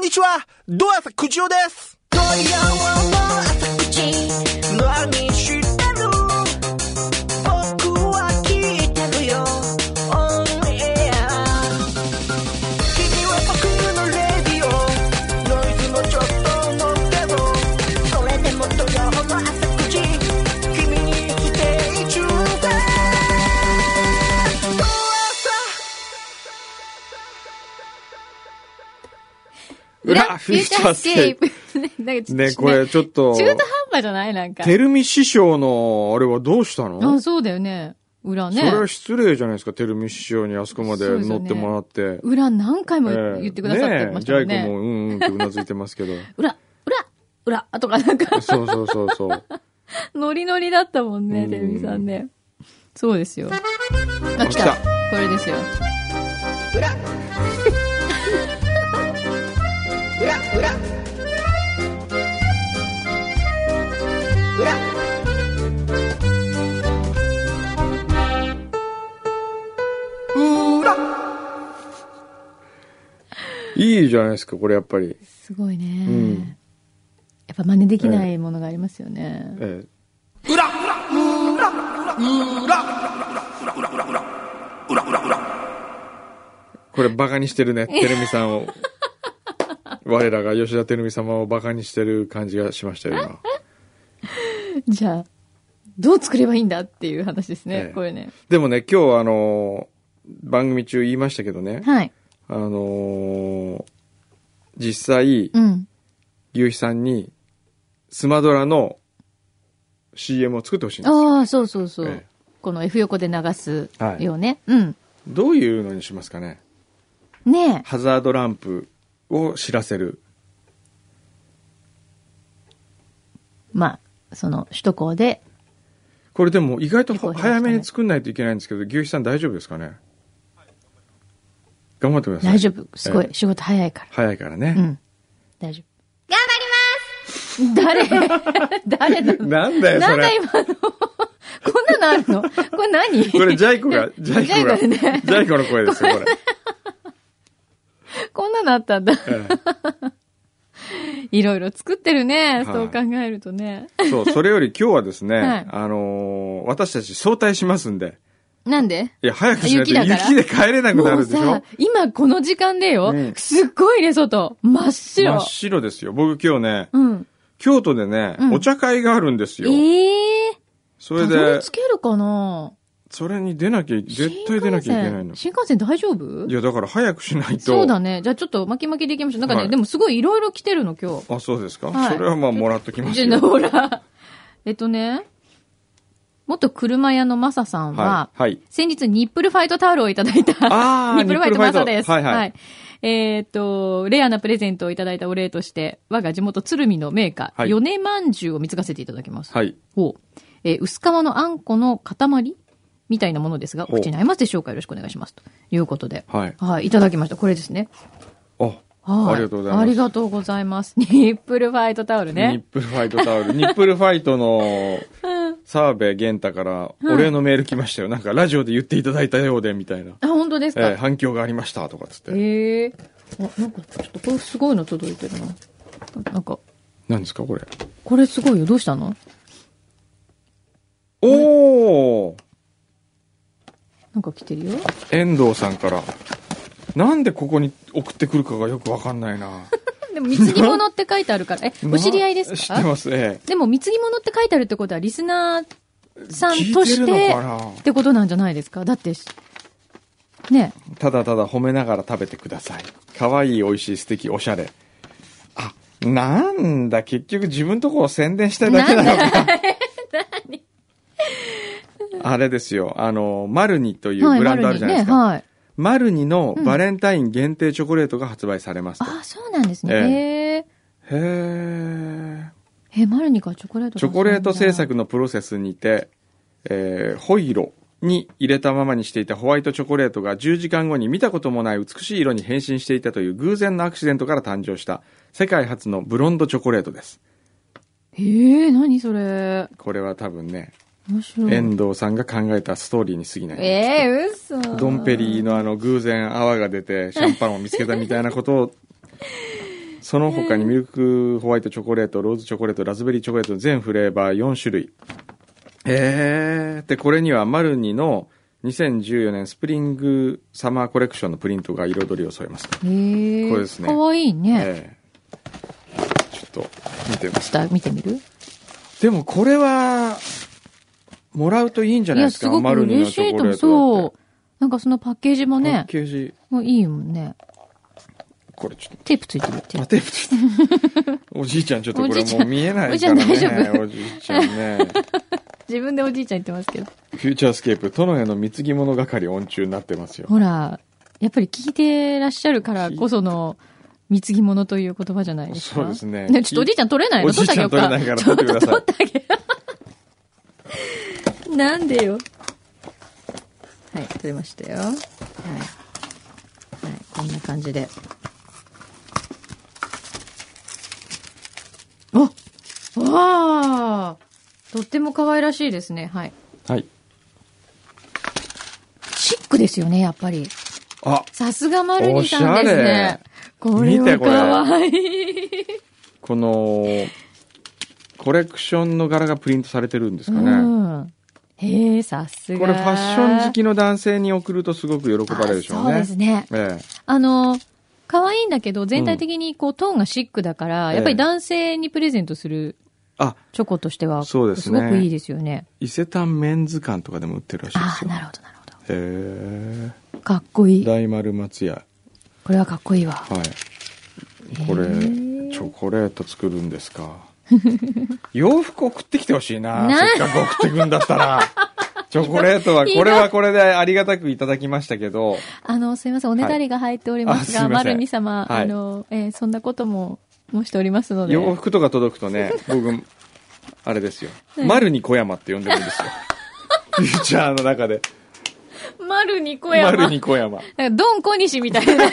にちは、ドアサクジオです。今夜はドアサクジ、何してる？僕は聞いてるよ。オンエア。君は僕のレディオ、ノイズもちょっと乗っても、それでも土曜の朝9時、君にステイチューで。ドアサ裏フューチャースケープ。ね、これちょっと。 中途半端じゃないなんか。 てるみ師匠の、あれはどうしたの？ あ、そうだよね。裏ね。 それは失礼じゃないですか、てるみ師匠にあそこまで乗ってもらって。ね、 裏何回も言ってくださってましたもんね。 ジャイ子もうんうんってうなずいてますけど。 裏とかなんか。 そう。 ノリノリだったもんね、てるみさんね。そうですよ。あ、来た。これですよ。 いいじゃないですか、これやっぱり。 すごいね。やっぱ真似できないものがありますよね。 これバカにしてるね、てるみさんを。我らが吉田てるみ様をバカにしてる感じがしましたよ、今。 じゃあ、どう作ればいいんだっていう話ですね、これね。 でもね、今日番組中言いましたけどね。 はい。 実際、牛肥さんにスマドラの CM を作ってほしいんですよ。 ああ、そう。この F 横で流すよね。 どういうのにしますかね。 ねえ。 ハザードランプを知らせる。 まあ、首都高で。 これでも意外と早めに作んないといけないんですけど、牛肥さん大丈夫ですかね。頑張ってください。 大丈夫。すごい。仕事早いから。 早いからね。 大丈夫。頑張ります誰なのなんだよ、それ。 なんだ今のこんなのあるのこれ何これジャイ子の声ですよ、これ。 こんなのあったんだ。いろいろ作ってるね。そう考えるとね。 そう、それより今日はですね、私たち早退しますんで。 なんで？ いや、早くしないと雪で帰れなくなるでしょ。もうさ、 今この時間でよ、すっごいね、外。真っ白。 真っ白ですよ。僕今日ね、京都でね、お茶会があるんですよ。それで。 たどり着けるかな？ それに絶対出なきゃいけないの。 新幹線大丈夫？ いや、だから早くしないと。 そうだね。じゃあちょっと巻き巻きでいきましょう。なんかね、でもすごいいろいろ来てるの、今日。 あ、そうですか？それはまあもらっときますよ。 ほら。元車屋のマサさんは、先日ニップルファイトタオルをいただいた。ニップルファイトマサです。はい。レアなプレゼントをいただいたお礼として、我が地元鶴見のメーカー、米まんじゅうを貢がせていただきます。薄皮のあんこの塊みたいなものですが、お口に合いますでしょうか？よろしくお願いします。ということで。いただきました。これですね。 ありがとうございます。 ありがとうございます。ニップルファイトタオルね。 ニップルファイトタオル。ニップルファイトの澤部玄太からお礼のメール来ましたよ。なんかラジオで言っていただいたようで、みたいな。 あ、本当ですか？ 反響がありました、とかつって。 なんかちょっとこれすごいの届いてるな。なんか。 何ですか、これ。 これすごいよ。どうしたの？なんか来てるよ。 遠藤さんから。なんでここに送ってくるかがよくわかんないな。 でも、貢ぎ物って書いてあるから。お知り合いですか？ 知ってます、でも、貢ぎ物って書いてあるってことは、リスナーさんとして、ってことなんじゃないですか？だって、ね。 ただただ褒めながら食べてください。かわいい、美味しい、素敵、おしゃれ。あ、なんだ、結局自分のところを宣伝したいだけなのか。何あれですよ、マルニというブランドあるじゃないですか。マルニのバレンタイン限定チョコレートが発売されますと。 あ、そうなんですね。マルニからチョコレート。 チョコレート製作のプロセスにて、ホイロに入れたままにしていたホワイトチョコレートが10時間後に見たこともない美しい色に変身していたという偶然のアクシデントから誕生した世界初のブロンドチョコレートです。 何それ。 これは多分ね、 面白い。 遠藤さんが考えたストーリーに過ぎないんです。 嘘。 ドンペリの偶然泡が出てシャンパンを見つけたみたいなことをその他にミルクホワイトチョコレート、ローズチョコレート、ラズベリーチョコレート、全フレーバー4種類。で、これにはマルニの2014年スプリングサマーコレクションのプリントが彩りを添えます。これですね。 かわいいね。 ちょっと見てみます。 ちょっと見てみる？ でもこれは、もらうといいんじゃないですか？ いや、すごく嬉しいと思う。そう。なんかそのパッケージもね。 パッケージ。 もういいもんね。 これちょっと。 テープついてる。 テープついてる。おじいちゃんちょっとこれもう見えないからね。 おじいちゃん大丈夫？ おじいちゃんね。 自分でおじいちゃん言ってますけど。 フューチャースケープ、殿への貢ぎ物係音中になってますよ。 ほら、やっぱり聞いてらっしゃるからこその、貢ぎ物という言葉じゃないですか。 そうですね。 ね、ちょっとおじいちゃん取れないの？ おじいちゃん取れないから取ってください。 ちょっと取ってあげる。なんでよ。はい、取れましたよ。はい。はい、こんな感じで。わあ、とっても可愛らしいですね。はい。 はい。 シックですよね、やっぱり。さすがマルニさんですね。これは可愛い。 この、コレクションの柄がプリントされてるんですかね。 へえ、さすが。 これファッション好きの男性に送るとすごく喜ばれるでしょうね。 そうですね。可愛いんだけど、全体的にこうトーンがシックだから、やっぱり男性にプレゼントするチョコとしては、そうですね。すごくいいですよね。 伊勢丹メンズ館とかでも売ってるらしいですよ。 なるほど、なるほど。 へえ。 かっこいい。 大丸松屋。 これはかっこいいわ。 はい。これ、チョコレート作るんですか。洋服送ってきてほしいな。せっかく送ってくんだったら。チョコレートは、これはこれでありがたくいただきましたけど。 すいません、おねだりが入っておりますが、マルニ様、そんなことも申しておりますので。 洋服とか届くとね、僕、あれですよ。マルニ小山って呼んでるんですよ。フューチャーの中で。 マルニ小山。 マルニ小山。 なんかドン小西みたいな。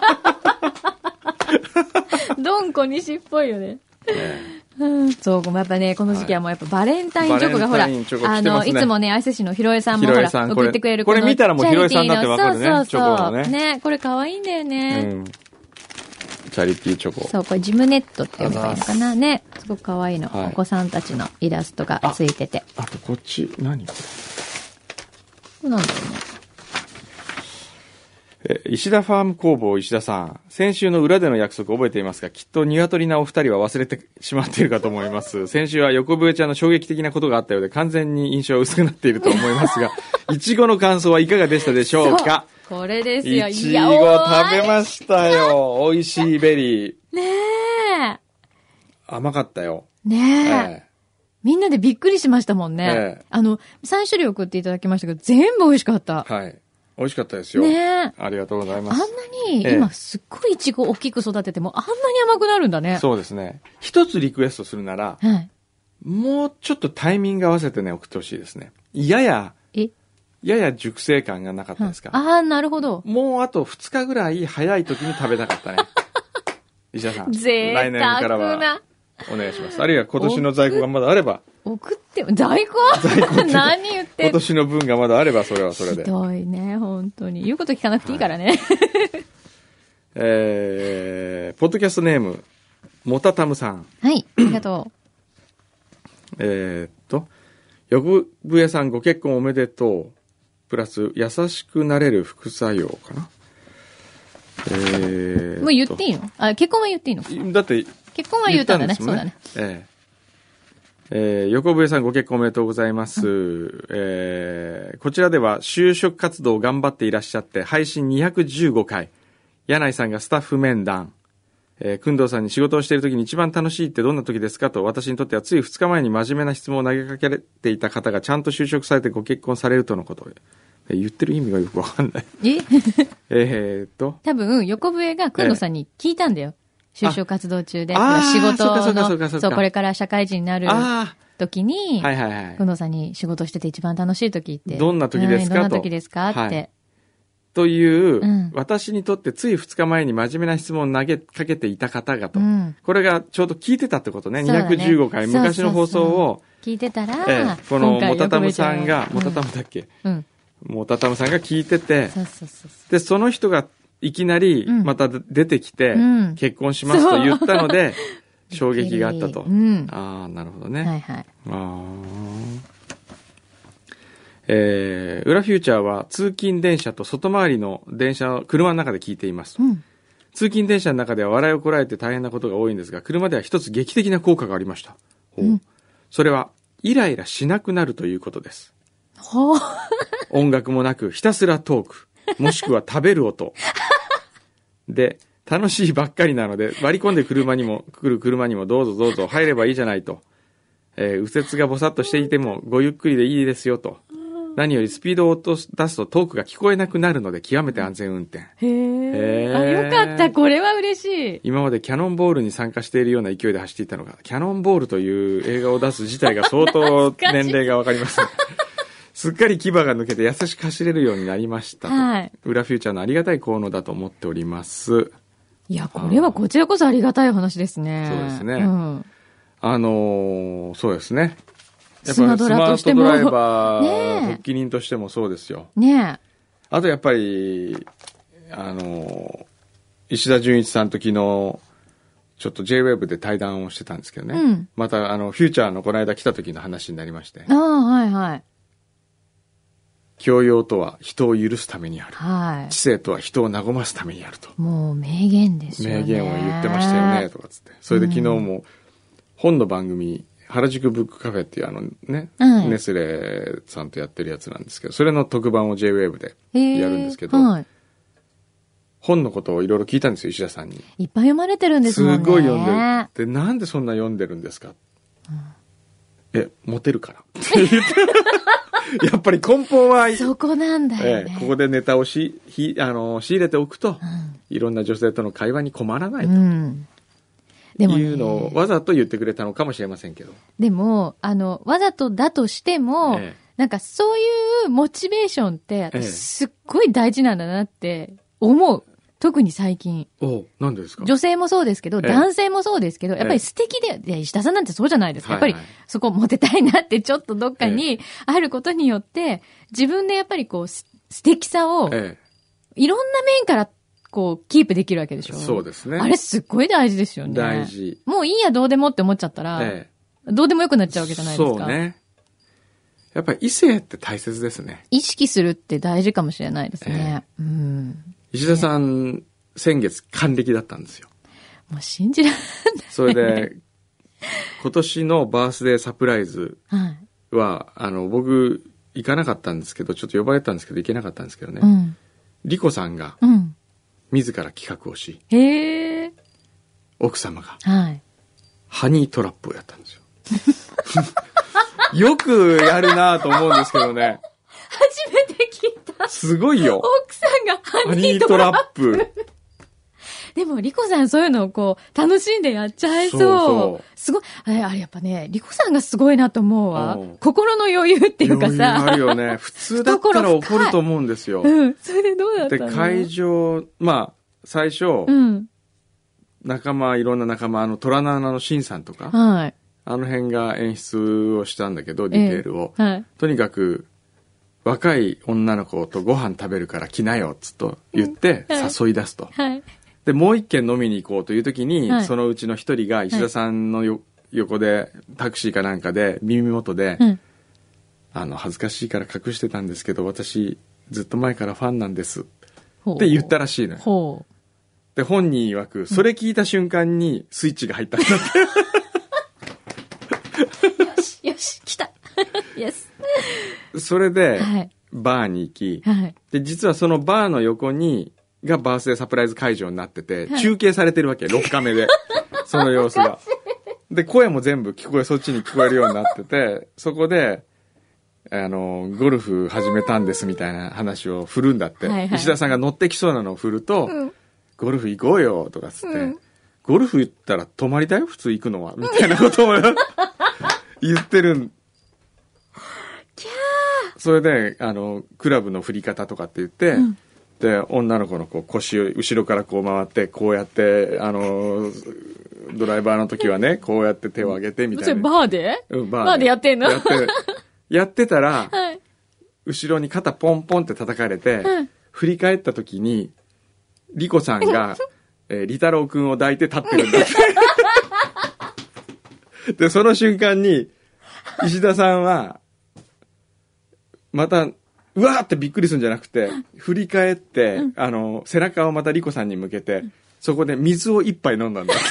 ドン小西っぽいよね。そう、やっぱね、この時期はもうやっぱバレンタインチョコがほら、いつもね、愛瀬市のひろえさんもほら、送ってくれるこれ見たらもうひろえさんだってわかるね、チョコのね。 ね、これ可愛いんだよね。 チャリティーチョコ。 そう、これジムネットって呼べばいいのかなね。すごく可愛いの。お子さんたちのイラストがついてて。 あとこっち、何これ。なんだろうね。 石田ファーム工房石田さん。先週の裏での約束覚えていますか？きっと鶏なお二人は忘れてしまっているかと思います。先週は横笛ちゃんの衝撃的なことがあったようで完全に印象は薄くなっていると思いますが、いちごの感想はいかがでしたでしょうか？ これですよ。 いちご食べましたよ。美味しいベリー。 ねえ。 甘かったよ。 ねえ。みんなでびっくりしましたもんね。3種類送っていただきましたけど、全部美味しかった。 はい。美味しかったですよ。 ね、 ありがとうございます。 あんなに、今すっごいイチゴ大きく育てても、あんなに甘くなるんだね。 そうですね。一つリクエストするなら、もうちょっとタイミング合わせてね、送ってほしいですね。やや熟成感がなかったですか？ なるほど。 もうあと2日ぐらい早い時に食べたかったね。石田さん。 来年からはお願いします。あるいは今年の在庫がまだあれば。 送って在庫何言って今年の分がまだあればそれはそれで。 ひどいね、本当に。言うこと聞かなくていいからね。 ポッドキャストネーム、もたたむさん。 はい、ありがとう。横笛さんご結婚おめでとう。プラス、優しくなれる副作用かな。 もう言っていいの？結婚は言っていいの？ だって、 結婚は言ったんだね。そうだね。 横笛さんご結婚おめでとうございます。こちらでは就職活動を頑張っていらっしゃって、配信215回。柳井さんがスタッフ面談。くんどうさんに仕事をしている時に一番楽しいってどんな時ですかと、私にとってはつい2日前に真面目な質問を投げかけていた方がちゃんと就職されてご結婚されるとのこと。言ってる意味がよくわかんない。 多分、横笛がくんどうさんに聞いたんだよ。就職活動中で。仕事の、そう、これから社会人になる時に、くんどうさんに仕事してて一番楽しい時って。 どんな時ですかと。 どんな時ですかって。 という、私にとってつい2日前に真面目な質問を投げかけていた方がと。これがちょうど聞いてたってことね。215回、昔の放送を。 聞いてたら、 このもたたむさんが、もたたむだっけ？もたたむさんが聞いてて、で、その人がいきなりまた出てきて、結婚しますと言ったので、衝撃があったと。ああ、なるほどね。 はいはい。 裏フューチャーは通勤電車と外回りの電車を車の中で聞いています。通勤電車の中では笑いをこらえて大変なことが多いんですが、車では一つ劇的な効果がありました。それは、イライラしなくなるということです。音楽もなく、ひたすらトーク、もしくは食べる音。で、楽しいばっかりなので、割り込んで来る車にもどうぞどうぞ入ればいいじゃないと。右折がぼさっとしていてもごゆっくりでいいですよと。何よりスピードを出すとトークが聞こえなくなるので極めて安全運転。 よかった。これは嬉しい。 今までキャノンボールに参加しているような勢いで走っていたのが、キャノンボールという映画を出す自体が相当年齢がわかります。すっかり牙が抜けて優しく走れるようになりましたと。はい。裏フューチャーのありがたい効能だと思っております。 いや、これはこちらこそありがたい話ですね。 そうですね。そうですね。やっぱりスマートドライバー、発起人としてもそうですよ。 ねえ。 あとやっぱり、石田純一さんと昨日、ちょっと J-Web で対談をしてたんですけどね。また、フューチャーのこの間来た時の話になりまして。 はいはい。 教養とは人を許すためにある。はい。知性とは人を和ますためにあると。 もう名言ですよね。 名言を言ってましたよね、とかつって。それで昨日も本の番組、原宿ブックカフェっていうネスレさんとやってるやつなんですけど、それの特番を J-Wave でやるんですけど、本のことをいろいろ聞いたんですよ、石田さんに。 いっぱい読まれてるんですもんね。 すごい読んでる。で、なんでそんな読んでるんですか？モテるから。やっぱり根本は、 そこなんだよね。 ここでネタを仕入れておくと、いろんな女性との会話に困らないと。でもいうのをわざと言ってくれたのかもしれませんけど。 でも、わざとだとしても、なんかそういうモチベーションって、私すっごい大事なんだなって思う。特に最近。 なんでですか？ 女性もそうですけど、男性もそうですけど、やっぱり素敵で、石田さんなんてそうじゃないですか。やっぱりそこモテたいなってちょっとどっかにあることによって、自分でやっぱりこう、素敵さを、いろんな面からこう、キープできるわけでしょ。 そうですね。 あれすっごい大事ですよね。 大事。 もういいや、どうでもって思っちゃったら、どうでもよくなっちゃうわけじゃないですか。 そうね。やっぱり異性って大切ですね。 意識するって大事かもしれないですね。 石田さん、先月還暦だったんですよ。 もう信じられない。 それで、今年のバースデーサプライズは、僕、行かなかったんですけど、ちょっと呼ばれたんですけど、行けなかったんですけどね。リコさんが、自ら企画をし、奥様が、ハニートラップをやったんですよ。よくやるなと思うんですけどね。 初めて聞いた。 すごいよ。 奥さんがハニートラップ。でも、リコさんそういうのをこう、楽しんでやっちゃいそう。すごい、あれやっぱね、リコさんがすごいなと思うわ。心の余裕っていうかさ。 余裕あるよね。普通だったら怒ると思うんですよ。 それでどうだったの？ で、会場、最初、いろんな仲間、トラナーナのシンさんとか、あの辺が演出をしたんだけど、ディテールを。とにかく、若い女の子とご飯食べるから来なよ、つと言って誘い出すと。で、もう一軒飲みに行こうという時に、そのうちの一人が石田さんの横で、タクシーかなんかで、耳元で、恥ずかしいから隠してたんですけど、私、ずっと前からファンなんです。って言ったらしいのよ。で、本人曰く、それ聞いた瞬間にスイッチが入ったんだって。よし、よし、来た。イエス。 それで、バーに行き、で、実はそのバーの横がバースデーサプライズ会場になってて、中継されてるわけ、6カメで。その様子が。で、声も全部そっちに聞こえるようになってて、そこで、ゴルフ始めたんですみたいな話を振るんだって。石田さんが乗ってきそうなのを振ると、ゴルフ行こうよ、とかつって、ゴルフ行ったら泊まりだよ、普通行くのは。みたいなことを言ってる。それで、クラブの振り方とかって言って、で、女の子の腰を後ろからこう回って、こうやって、ドライバーの時はね、こうやって手を上げてみたいな。 バーで？ バーでやってんの？ やってたら、後ろに肩ポンポンって叩かれて、振り返った時に、 リコさんが、リタロウくんを抱いて立ってるんだって。で、その瞬間に、石田さんは、また、うわーってびっくりするんじゃなくて、振り返って、背中をまたリコさんに向けて、そこで水を一杯飲んだんだって。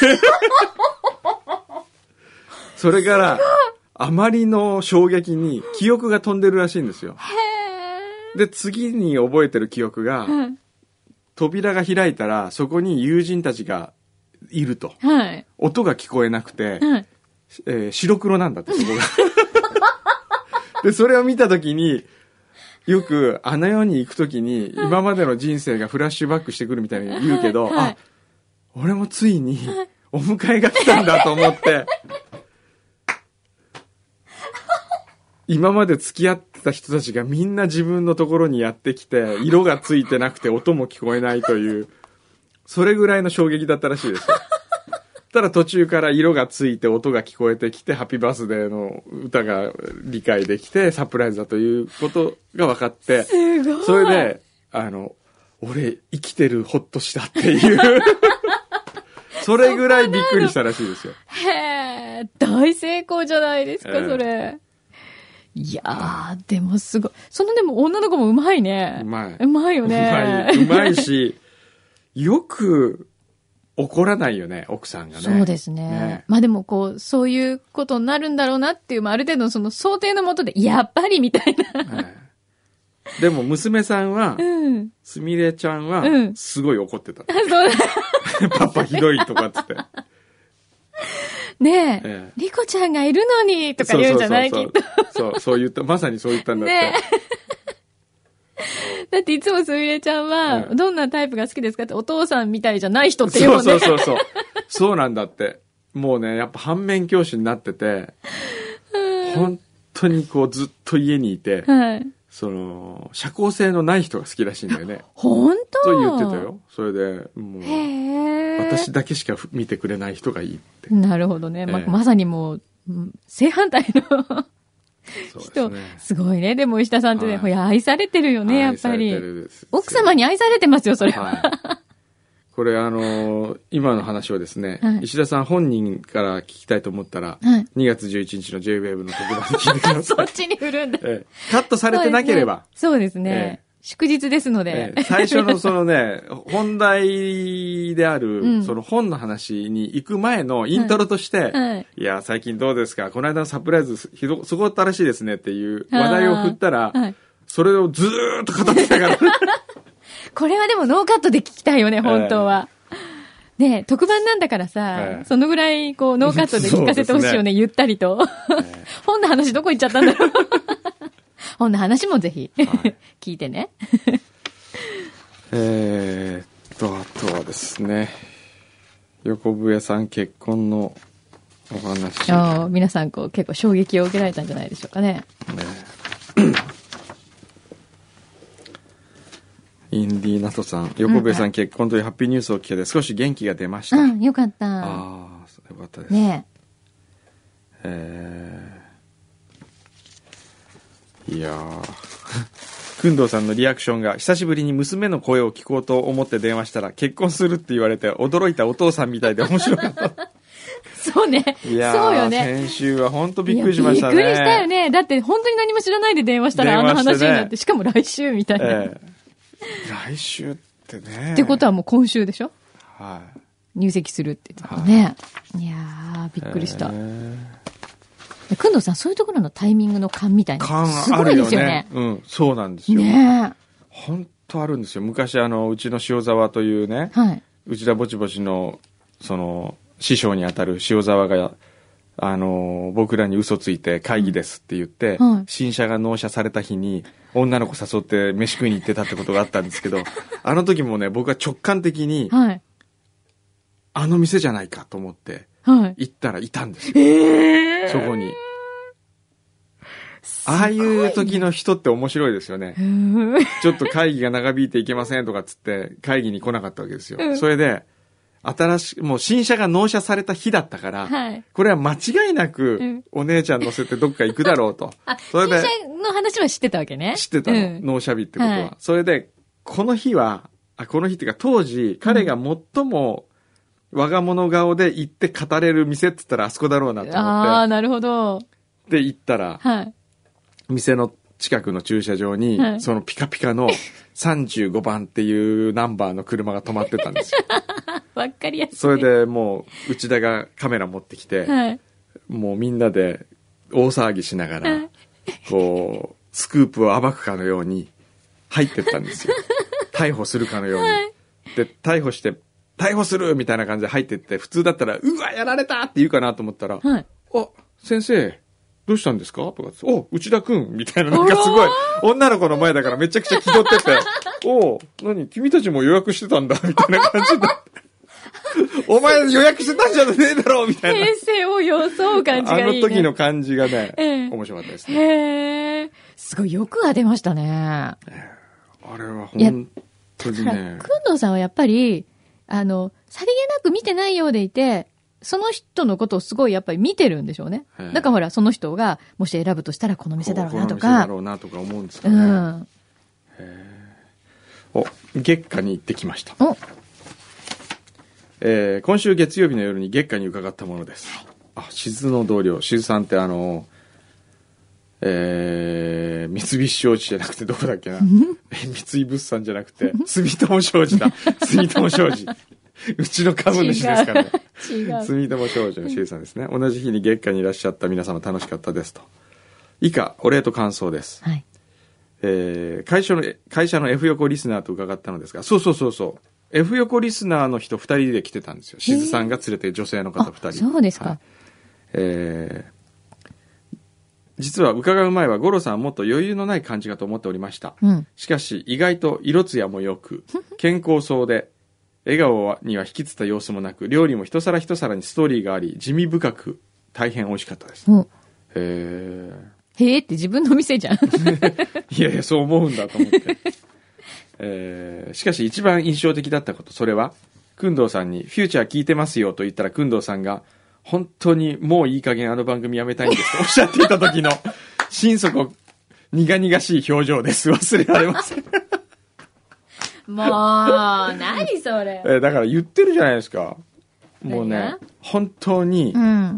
それから、あまりの衝撃に記憶が飛んでるらしいんですよ。で、次に覚えてる記憶が、扉が開いたら、そこに友人たちがいると。はい、音が聞こえなくて、白黒なんだって、そこが。で、それを見たときに、よくあの世に行くときに、今までの人生がフラッシュバックしてくるみたいに言うけど、あ、俺もついにお迎えが来たんだと思って、今まで付き合ってた人たちがみんな自分のところにやってきて、色がついてなくて音も聞こえないという、それぐらいの衝撃だったらしいですよ。ただ途中から色がついて音が聞こえてきて、ハッピーバースデーの歌が理解できて、サプライズだということが分かって、 すごい。 それで、俺生きてる、ほっとしたっていう。それぐらいびっくりしたらしいですよ。 へー、大成功じゃないですか、それ。いやー、でもすごい。でも女の子もうまいね。 うまい。 うまいよね。 うまいし、よく怒らないよね、奥さんがね。 そうですね。まあでもそういうことになるんだろうなっていう、ある程度その想定のもとで、やっぱりみたいな。 でも娘さんは、すみれちゃんは、すごい怒ってた。そうパパひどいとかっつって。 ねえ、リコちゃんがいるのにとか言うんじゃないきっと。そう言った、まさにそう言ったんだって。 ねだっていつもすみれちゃんは、どんなタイプが好きですかって、お父さんみたいじゃない人って言うもんね。 そう。そうなんだって。もうね、やっぱ反面教師になってて、本当にずっと家にいて、社交性のない人が好きらしいんだよね。 本当と言ってたよ。それで、もう、私だけしか見てくれない人がいいって。 なるほどね。まさにもう、正反対の人、すごいね。でも石田さんってね、愛されてるよね、やっぱり。奥様に愛されてますよ、それは。 これ今の話をですね、石田さん本人から聞きたいと思ったら、2月11日の J-Wave の特番で聞いてください。 そっちに振るんだ。 カットされてなければ。 そうですね。祝日ですので。 最初の本題である、その本の話に行く前のイントロとして、いや、最近どうですか、この間のサプライズ、すごかったらしいですねっていう話題を振ったら、それをずーっと語ってたから。 これはでもノーカットで聞きたいよね、本当は。ね、特番なんだからさ、そのぐらいノーカットで聞かせてほしいよね、ゆったりと。本の話どこ行っちゃったんだろう。本の話もぜひ、聞いてね。 あとはですね、横笛さん結婚のお話。 皆さん結構衝撃を受けられたんじゃないでしょうかね。 インディーナトさん、横笛さん結婚というハッピーニュースを聞けて少し元気が出ました。 よかった。 よかったです。 ねいやー。くんどうさんのリアクションが、久しぶりに娘の声を聞こうと思って電話したら、結婚するって言われて驚いたお父さんみたいで面白かった。 そうね。 いやー、 そうよね。 先週は本当びっくりしましたね。 びっくりしたよね。だって本当に何も知らないで電話したらあの話になって、しかも来週みたいな。 来週ってね。 ってことはもう今週でしょ？ はい。 入籍するって言ってたね。いやー、びっくりした。くんどうさん、そういうところのタイミングの勘みたいな。 勘すごいですよね。 そうなんですよ。 ねえ。 本当あるんですよ。昔うちの塩沢というね、内田ぼちぼちの、師匠にあたる塩沢が、僕らに嘘ついて会議ですって言って、新車が納車された日に女の子誘って飯食いに行ってたってことがあったんですけど、あの時もね、僕は直感的に、あの店じゃないかと思って、行ったらいたんですよ。そこに。ああいう時の人って面白いですよね。ちょっと会議が長引いていけませんとかっつって会議に来なかったわけですよ。それで、もう新車が納車された日だったから、これは間違いなくお姉ちゃん乗せてどっか行くだろうと。 それで新車の話は知ってたわけね。 知ってたの、納車日ってことは。それで、この日はこの日っていうか当時、彼が最も我が物顔で行って語れる店って言ったらあそこだろうなと思って。 ああ、なるほど。 で、行ったら、 はい。 店の近くの駐車場に、はい、そのピカピカの35番っていうナンバーの車が止まってたんですよ。 わかりやすい。 それでもう、内田がカメラ持ってきて、はい、もうみんなで大騒ぎしながら、はい、こう、スクープを暴くかのように入ってったんですよ。逮捕するかのように。はい、で、逮捕するみたいな感じで入ってって、普通だったら、うわ、やられたって言うかなと思ったら、はい、先生、どうしたんですかとか、内田くんみたいな、なんかすごい、女の子の前だからめちゃくちゃ気取ってて、何君たちも予約してたんだみたいな感じで。お前予約してたんじゃねえだろみたいな。 平成を装う感じがいい、ね。 あの時の感じがね、面白かったですね。 へー。すごい、よくが出ましたね。 あれは本当にね。 くんどうさんはやっぱり、さりげなく見てないようでいて、その人のことをすごいやっぱり見てるんでしょうね。だからほら、その人が、もし選ぶとしたらこの店だろうなとか。 この店だろうなとか思うんですかね。月下に行ってきました。今週月曜日の夜に月下に伺ったものです。しずの同僚、しずさんって三菱商事じゃなくてどこだっけな。三井物産じゃなくて、住友商事だ。住友商事。うちの株主ですからね。住友商事のしずさんですね。同じ日に月下にいらっしゃった皆様楽しかったですと。以下、お礼と感想です。はい。会社の F 横リスナーと伺ったのですが、そう。F 横リスナーの人2人で来てたんですよ。しずさんが連れて女性の方2人。 そうですか。 はい、実は伺う前は五郎さんはもっと余裕のない感じかと思っておりました。しかし意外と色艶も良く、健康そうで、笑顔には引きつった様子もなく、料理も一皿一皿にストーリーがあり、地味深く大変美味しかったです。 へーって自分の店じゃん。 いやそう思うんだと思って。しかし一番印象的だったこと、それは工藤さんにフューチャー聞いてますよと言ったら、工藤さんが本当にもういい加減あの番組やめたいんですとおっしゃっていた時の心底苦々しい表情です。忘れられません。 もう何それ。 だから言ってるじゃないですか。もうね、本当に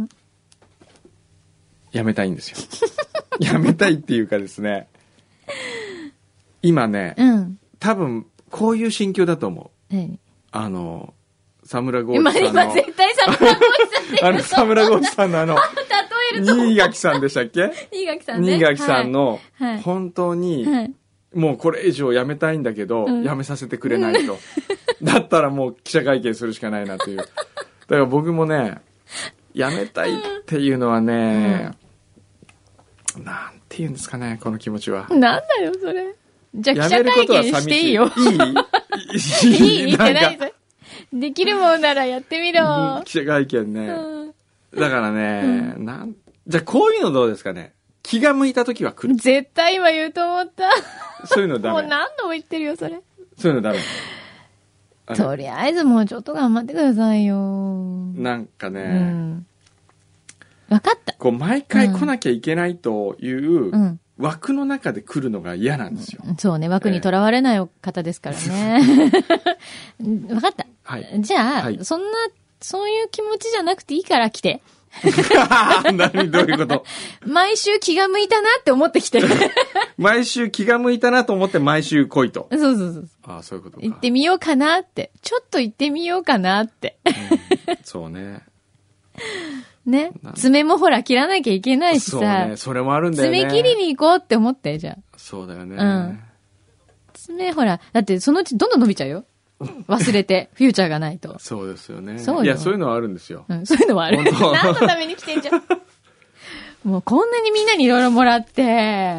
やめたいんですよ。やめたいっていうかですね、今ね、多分こういう心境だと思う。サムラゴーチさんの今絶対サムラゴーチさんサムラゴーチさんの例えると新垣さんでしたっけ？ 新垣さんね。 新垣さんの本当にもうこれ以上やめたいんだけど、やめさせてくれないと。だったらもう記者会見するしかないなという。だから僕もね、やめたいっていうのはね、なんて言うんですかね、この気持ちは。 なんだよそれ。じゃあ記者会見していいよ。いいって何それ。できるもんならやってみろ。 記者会見ね。だからね、じゃあこういうのどうですかね。気が向いたときは来る。 絶対今言うと思った。 そういうのダメ。 もう何度も言ってるよ、それ。 そういうのダメ。 とりあえずもうちょっと頑張ってくださいよ。 なんかね。 分かった。 こう毎回来なきゃいけないという枠の中で来るのが嫌なんですよ。 そうね、枠にとらわれない方ですからね。分かった。はい、じゃあ、そういう気持ちじゃなくていいから来て。 何どういうこと？ 毎週気が向いたなって思ってきて。 毎週気が向いたなと思って毎週来いと。 そう。 ああ、そういうことか。 行ってみようかなって。ちょっと行ってみようかなって。 そうね。 ね。爪もほら切らなきゃいけないしさ。 そうね。それもあるんだよね。 爪切りに行こうって思って、じゃあ。 そうだよね。 爪ほら、だってそのうちどんどん伸びちゃうよ。忘れて、フューチャーがないと。 そうですよね。いや、そういうのはあるんですよ。 そういうのはある。何のために来てんじゃん。もうこんなにみんなにいろいろもらって、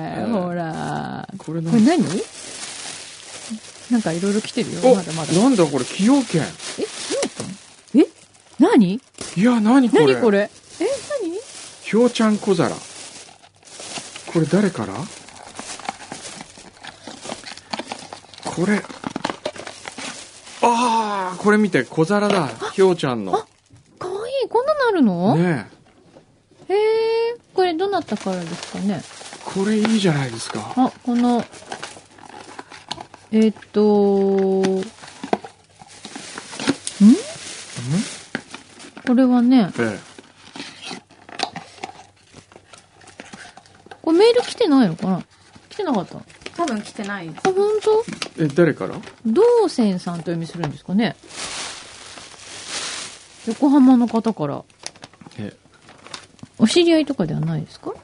ほら。これ何？なんかいろいろ来てるよ。まだまだ。 なんだこれ、崎陽軒。 崎陽軒？何？ いや、何これ。 何これ？何？ ひょうちゃん小皿。これ誰から？これ。これ見て、小皿だ。ひょうちゃんの。 かわいい。こんなのあるの？ ねえ。これどなたからですかね？ これいいじゃないですか。 この、 これはね。これメール来てないのかな？来てなかった？ 多分来てないです。 あ、本当？ 誰から？ 道仙さんと読みするんですかね。横浜の方から。お知り合いとかではないですか？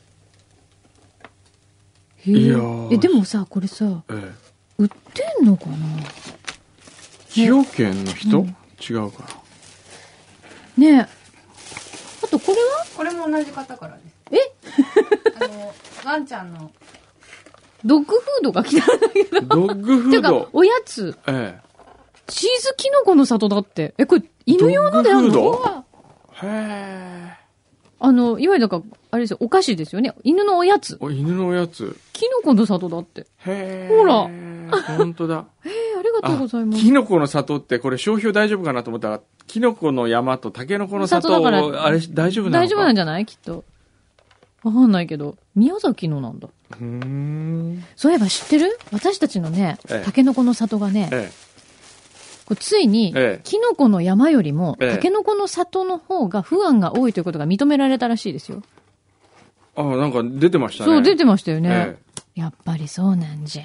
いやでもさ、これさ、売ってんのかな？ 崎陽軒の人、違うかな。ねえ。あとこれは？ これも同じ方からです。ワンちゃんの。 ドッグフードが来たんだけど。 ドッグフード。 てか、おやつ。チーズキノコの里だって。これ、犬用のであるの？ へー。 いわゆるだから、あれですよ、お菓子ですよね。犬のおやつ。 犬のおやつ。 キノコの里だって。 へー。 ほら。 本当だ。 ありがとうございます。 キノコの里ってこれ商標大丈夫かなと思ったら、キノコの山とタケノコの里を、あれ大丈夫なのか？ 大丈夫なんじゃない？きっと。わかんないけど、宮崎のなんだ。そういえば知ってる？私たちのね、タケノコの里がね、これついに、キノコの山よりも、タケノコの里の方が不安が多いということが認められたらしいですよ。 なんか出てましたね。 そう、出てましたよね。やっぱりそうなんじゃ。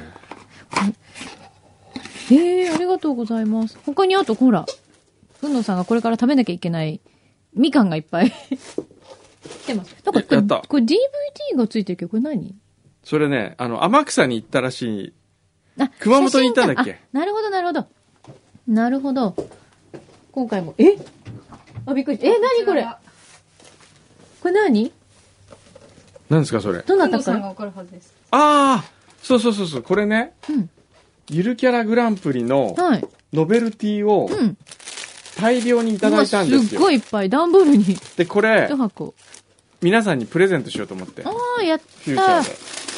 ありがとうございます。他にあと、ほら、ふんのさんがこれから食べなきゃいけないみかんがいっぱい来てます。なんかこれ DVD がついてるけど、これ何？ それね、天草に行ったらしい。熊本に行ったんだっけ？ なるほど、なるほど。なるほど。今回も、びっくり。何これ？これ何？ 何ですか、それ。 どなたかがわかるはずです。 そう。これね、ゆるキャラグランプリのノベルティを大量にいただいたんですよ。 すっごいいっぱい、段ボールに。 で、これ、 1箱。 皆さんにプレゼントしようと思って。 やった。 フューチャー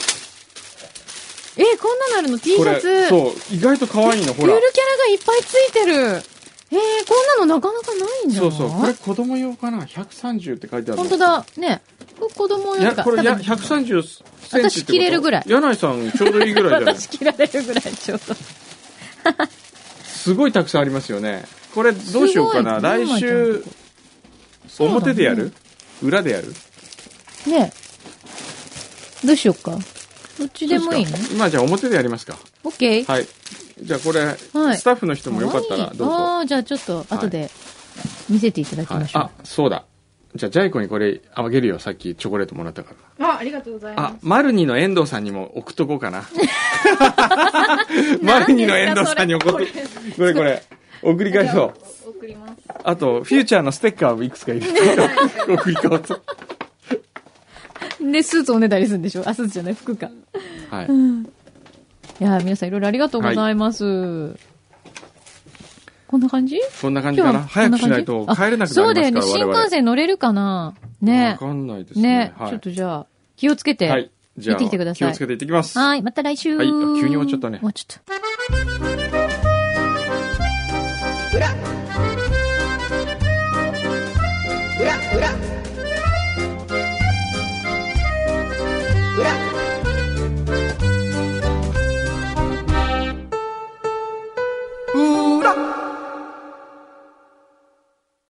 で。 こんなのあるの T シャツ。 そう、意外と可愛いの、ほら。 ゆるキャラがいっぱいついてる。こんなのなかなかないんじゃない？ そう、これ子供用かな？ 130 って書いてある。 本当だ。ね。これ子供用か。 これ130センチ。 私着れるぐらい。 柳井さんちょうどいいぐらいじゃない？ 私着られるぐらい、ちょうど。 すごいたくさんありますよね。これどうしようかな。来週、表でやる？裏でやる？ ねえ。どうしようか。どっちでもいいね。 今じゃあ表でやりますか。 OK。 はい。じゃあこれ、スタッフの人もよかったらどうぞ。 じゃあちょっと後で見せていただきましょう。 そうだ。じゃあジャイコにこれあげるよ。さっきチョコレートもらったから。 ありがとうございます。 マルニの遠藤さんにも送っとこうかな。マルニの遠藤さんに送っとこう。これ。送り返そう。 送ります。 あと、フューチャーのステッカーをいくつか入れて送り返そう。 で、スーツおねだりするんでしょ？スーツじゃない、服か。 はい。 いや、皆さんいろいろありがとうございます。こんな感じ？ こんな感じかな。早くしないと帰れなくなりますから。 そうだよね。新幹線乗れるかな？ね。 わかんないですね。 ちょっとじゃあ、気をつけて。はい。じゃあ、行ってきてください。 気をつけて行ってきます。 はい。また来週。 はい。急に終わっちゃったね。 終わっちゃった。